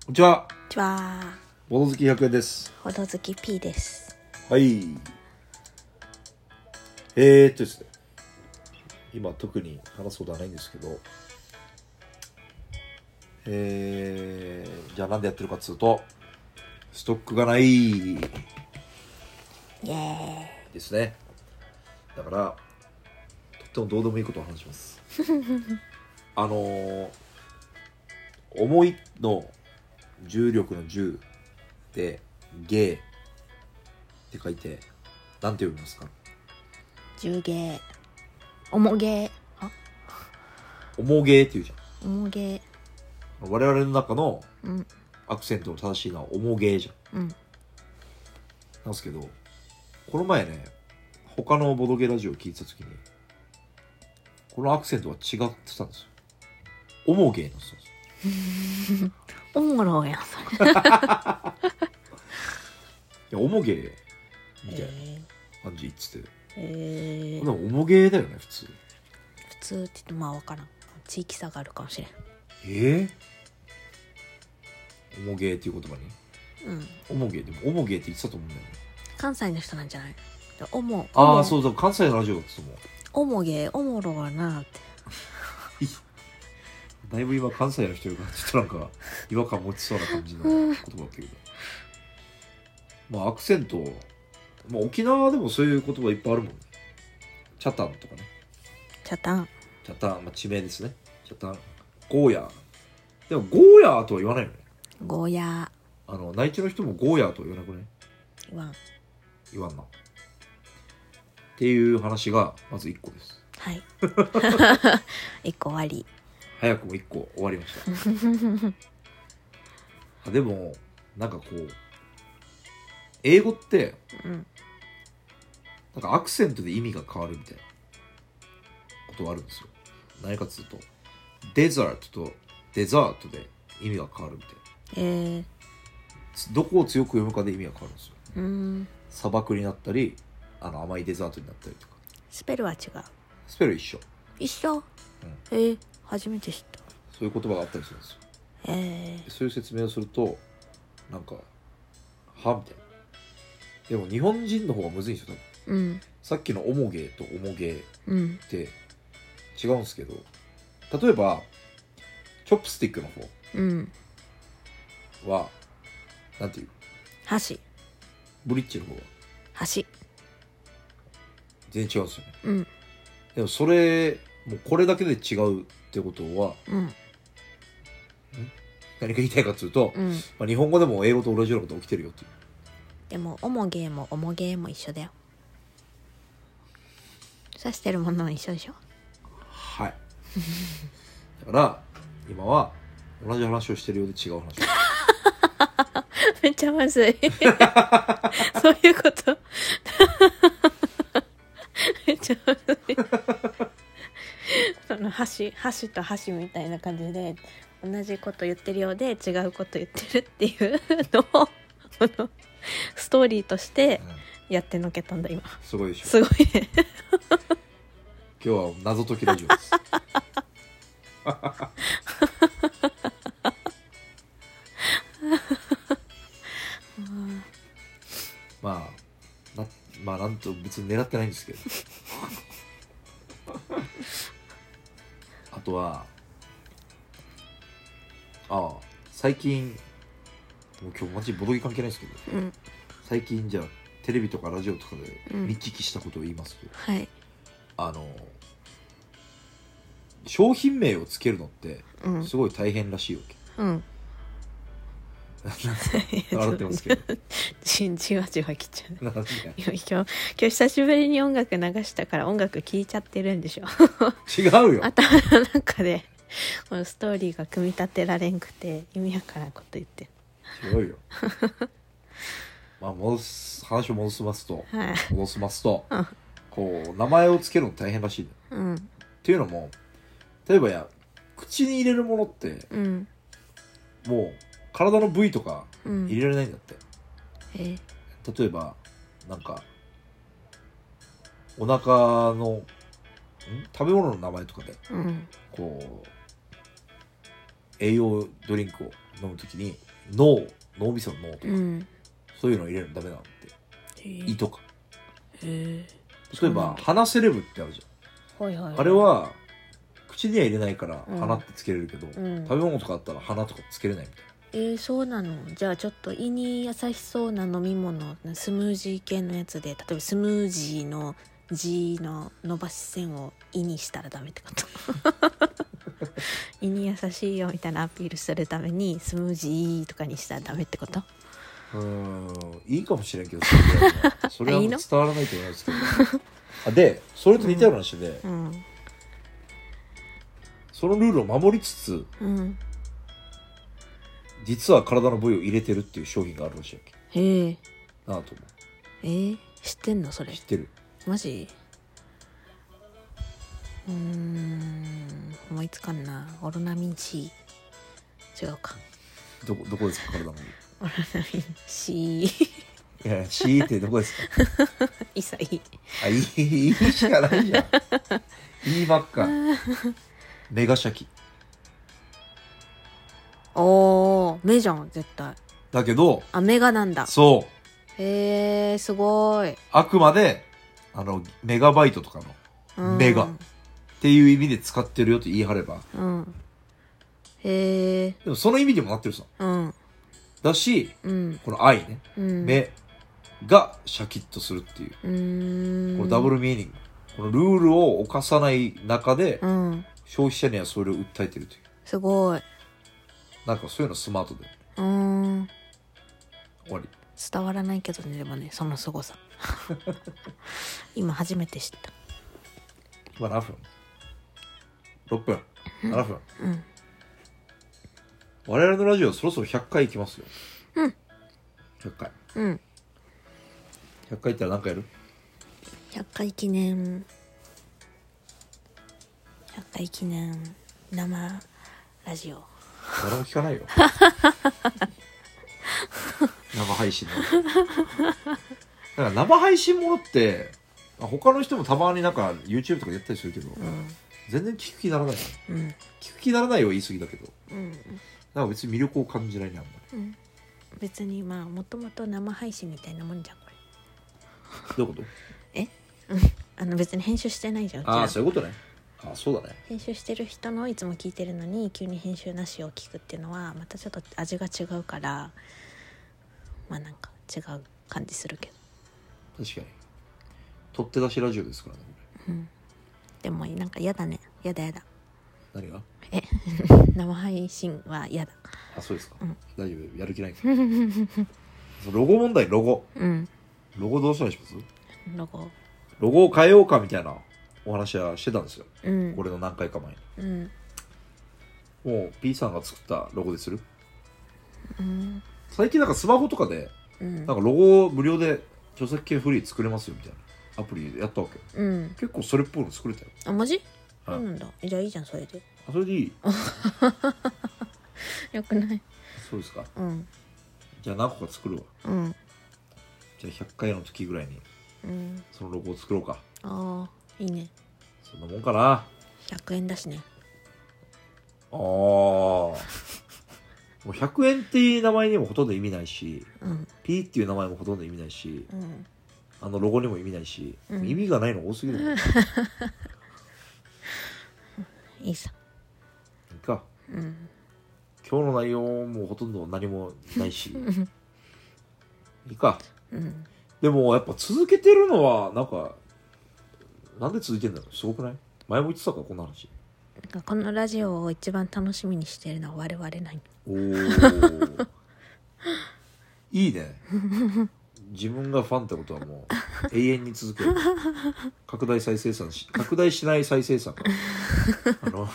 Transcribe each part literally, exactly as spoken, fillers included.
こんにちは。 こんにちは。 ボド好きひゃくえんです。 ほど好き P です。 はい。えーっとですね、今特に話すことはないんですけど、えー、じゃあなんでやってるかっつうと、ストックがないイエーイですね。だからとってもどうでもいいことを話しますあのー、重いの重力の重でゲーって書いてなんて読みますか？ 重ゲー重ゲーあ重ゲーって言うじゃん。 重ゲー我々の中のうんアクセントの正しいのは重ゲーじゃん。 うんなんですけど、この前ね、他のボドゲラジオを聞いてた時にこのアクセントは違ってたんですよ。重ゲーのそうですよおもろいやんそれいや重ゲーみたいな感じ言ってて、 えー、 でも重ゲーだよね普通。 普通って言ってまあ分からん、地域差があるかもしれん。 えー、重ゲーっていう言葉にうん重ゲーでも重ゲーって言ってたと思うんだよね。 関西の人なんじゃない？おもああそうそう、関西のラジオだったと思う。 おもげおもろがなってだいぶ今関西の人がちょっとなんか違和感持ちそうな感じの言葉だったけど、まあアクセント、まあ、沖縄でもそういう言葉いっぱいあるもんね。チャタンとかね。 チャタンチャタン、まあ、地名ですね。チャタン、ゴーヤー。でもゴーヤーとは言わないよね。 ゴーヤあの内地の人もゴーヤーとは言わなくね。 ー言わん。 言わんな。っていう話がまずいっこです。 はいいっこ終わり。 早くもいっこ終わりましたあでもなんかこう英語ってうんなんかアクセントで意味が変わるみたいなことがあるんですよ。何かっつうとデザートとデザートで意味が変わるみたいな。 えー、 どこを強く読むかで意味が変わるんですよ。 うーん砂漠になったりあの甘いデザートになったりとか。 スペルは違う。 スペル一緒。 一緒、うん、えー、初めて知った。 そういう言葉があったりするんですよ。 えー、 そういう説明をするとなんかはみたいな。でも日本人の方がむずいんですよ多分。 うんさっきのオモゲーとオモゲうんーって違うんですけど、例えばチョップスティックのうん方はなんていう、 箸ブリッジの方は箸全然違うんですよね。 うんでもそれもうこれだけで違うってことはうん何か言いたいかというと、 うんまあ、日本語でも英語と同じようなこと起きてるよっていう。 でもおもげもおもげも一緒だよ。指してるものは一緒でしょ。 はいだから今は同じ話をしてるようで違う話をめっちゃまずいそういうことめっちゃまずいその箸箸と箸みたいな感じで同じこと言ってるようで違うこと言ってるっていうのをストーリーとしてやってのけたんだ今。 すごいでしょ。 すごいね今日は謎解きラジオですまあなまあなんと別に狙ってないんですけどあとはああ最近もう今日マジボドゲ関係ないですけど、 うん、 最近じゃあテレビとかラジオとかでうん見聞きしたことを言いますと、 はいあの商品名をつけるのってうんすごい大変らしいわけ、 うん笑ってますけどじじわじわきちゃう。 なんで今日今日久しぶりに音楽流したから音楽聴いちゃってるんでしょ違うよ。 頭の中でこのストーリーが組み立てられんくて意味わからんこと言って違うよまあ戻す話を戻しますと、 はい戻しますとうんこう名前をつけるの大変らしい、ね、 うんっていうのも例えばや口に入れるものってうんもう体の部位とかうん入れられないんだって、 え例えばなんかお腹のん食べ物の名前とかでうんこう栄養ドリンクを飲むときに脳脳みその脳とか、 うん、 そういうの入れるのダメなんて、胃とか。 へえ。 例えば鼻セレブってあるじゃん、 はいはいはい、 あれは口には入れないからうん鼻ってつけれるけど、 うん、 食べ物とかあったら鼻とかつけれないみたいな。 えー、そうなの。じゃあちょっと胃に優しそうな飲み物、スムージー系のやつで、例えばスムージーの G の伸ばし線を胃にしたらダメってこと胃に優しいよみたいなアピールするためにスムージーとかにしたらダメってこと？ うーん、いいかもしれんけどそれは伝わらないと思いますけどあでそれと似たような話で、 うん、 そのルールを守りつつ、 うん、 実は体の部位を入れてるっていう商品があるらしいわけ。 へえ。 なあと思う。 えー、知ってんのそれ？ 知ってる。 マジ？うーん、思いつかんな。オロナミン C。 違うか。 どこどこですか体の部位。 オロナミン C。 いや C ってどこですかいさいあ、いい、いいしかないじゃんいいばっかメガシャキおー、目じゃん絶対。 だけど、 あ、メガなんだ。 そうへえ、すごい。 あくまであのメガバイトとかのメガっていう意味で使ってるよと言い張れば、 うん、へえ。 でもその意味でもなってるさ、 うん、 だし、 うん、 この愛ね、 うん、 目がシャキッとするっていう、 うーん、 このダブルミーニング、このルールを犯さない中で、 うん、 消費者にはそれを訴えてるという、 すごい。 なんかそういうのスマートで、 うーん、 終わり。 伝わらないけどね、でもね、その凄さ今初めて知った。 今何分 ?ろっ 分ななふん、 うん、 我々のラジオそろそろひゃっかいいきますよ。 うん、 ひゃっかい、 うん、 ひゃっかいいったら何かやる？ ひゃっかい記念、ひゃっかい記念生ラジオ。 誰も聞かないよ生配信のだから生配信ものって他の人もたまになんか YouTube とかやったりするけど、 うん、 全然聞く気にならない、 うん、 聞く気にならないは言い過ぎだけど、 うん、 なんか別に魅力を感じないねあんまり、 うん、別にまあもともと生配信みたいなもんじゃんこれ。 どういうこと？ え、うん、あの別に編集してないじゃん。 ああそういうことね。ああそうだね。 編集してる人のいつも聞いてるのに急に編集なしを聞くっていうのはまたちょっと味が違うから、まあなんか違う感じするけど。 確かに取って出しラジオですからね、 うん、でもなんか嫌だね。嫌だ嫌だ。 何が？ え生配信は嫌だ。 あ、そうですか、 うん、 大丈夫、やる気ないからロゴ問題、ロゴ、 うん、 ロゴどうしたらします？ ロゴロゴを変えようかみたいなお話はしてたんですよ、 うん、 これの何回か前に。 うん、 もう P さんが作ったロゴでする？ うん、 最近なんかスマホとかで、 うん、 なんかロゴを無料で著作権フリー作れますよみたいなアプリでやったわけ。 うん、 結構それっぽいの作れたよ。 あ、マジ？ はい、 そうなんだ。じゃあいいじゃんそれで。 あ、それでいいよくない？ そうですか。 うん、 じゃあ何個か作るわ。 うん、 じゃあひゃっかいの時ぐらいにうん、 そのロゴを作ろうか。 ああいいね。 そんなもんかな。 ひゃくえんだしね。 ああもうひゃくえんっていう名前にもほとんど意味ないし、 うん、 P っていう名前もほとんど意味ないし、 うん、 あのロゴにも意味ないし、 うん、 意味がないの多すぎるいいさ。 いいか、 うん、 今日の内容もほとんど何もないしいいか、 うん、 でもやっぱ続けてるのはなんかなんで続いてんだろう。すごくない？前も言ってたかこんな話。 なんかこのラジオを一番楽しみにしてるのは我々ない。 おーいいね自分がファンってことはもう永遠に続ける拡大再生産し拡大しない再生産かあの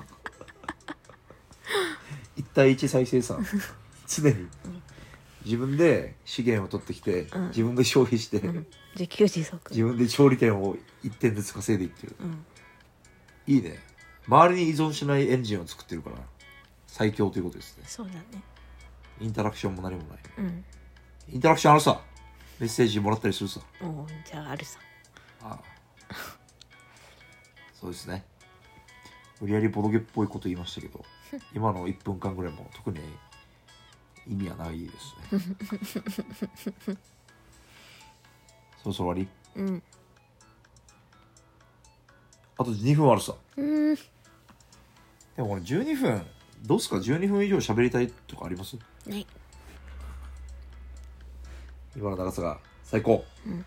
いち対いち再生産常に自分で資源を取ってきて、うん、自分で消費して、うん、 自給自足自分で調理店をいってんずつ稼いでいってる、 うん、 いいね。周りに依存しないエンジンを作ってるから最強ということですね。 そうだね。 インタラクションも何もない、 うん、 インタラクションあるさ。メッセージもらったりするさ。 おじゃああるさ。 ああそうですね。無理やりボドゲっぽいこと言いましたけど今のいっぷんかんぐらいも特に意味はないですねそろそろ終わり。 うんあとにふんあるさ。 うんでもこれじゅうにふんどうすか。じゅうにふん以上喋りたいとかあります？ ない今の長さが最高、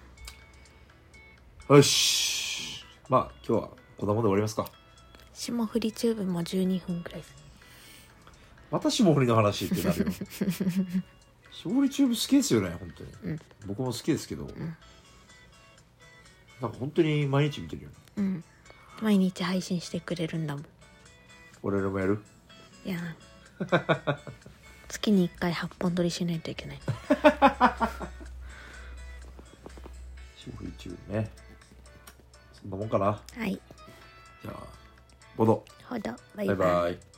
うん、 よし。まあ今日はこんなもんで終わりますか。 霜降りチューブもじゅうにふんくらいですまた霜降りの話ってなるよ霜降りチューブ好きですよね本当に、 うん、 僕も好きですけど、 んなんか本当に毎日見てるよね。 うん毎日配信してくれるんだもん。 俺らもやる。 いや月にいっかいはっぽん撮りしないといけない霜降りチューブね。そんなもんかな。 はいじゃあボドほどバイバイバイバイ。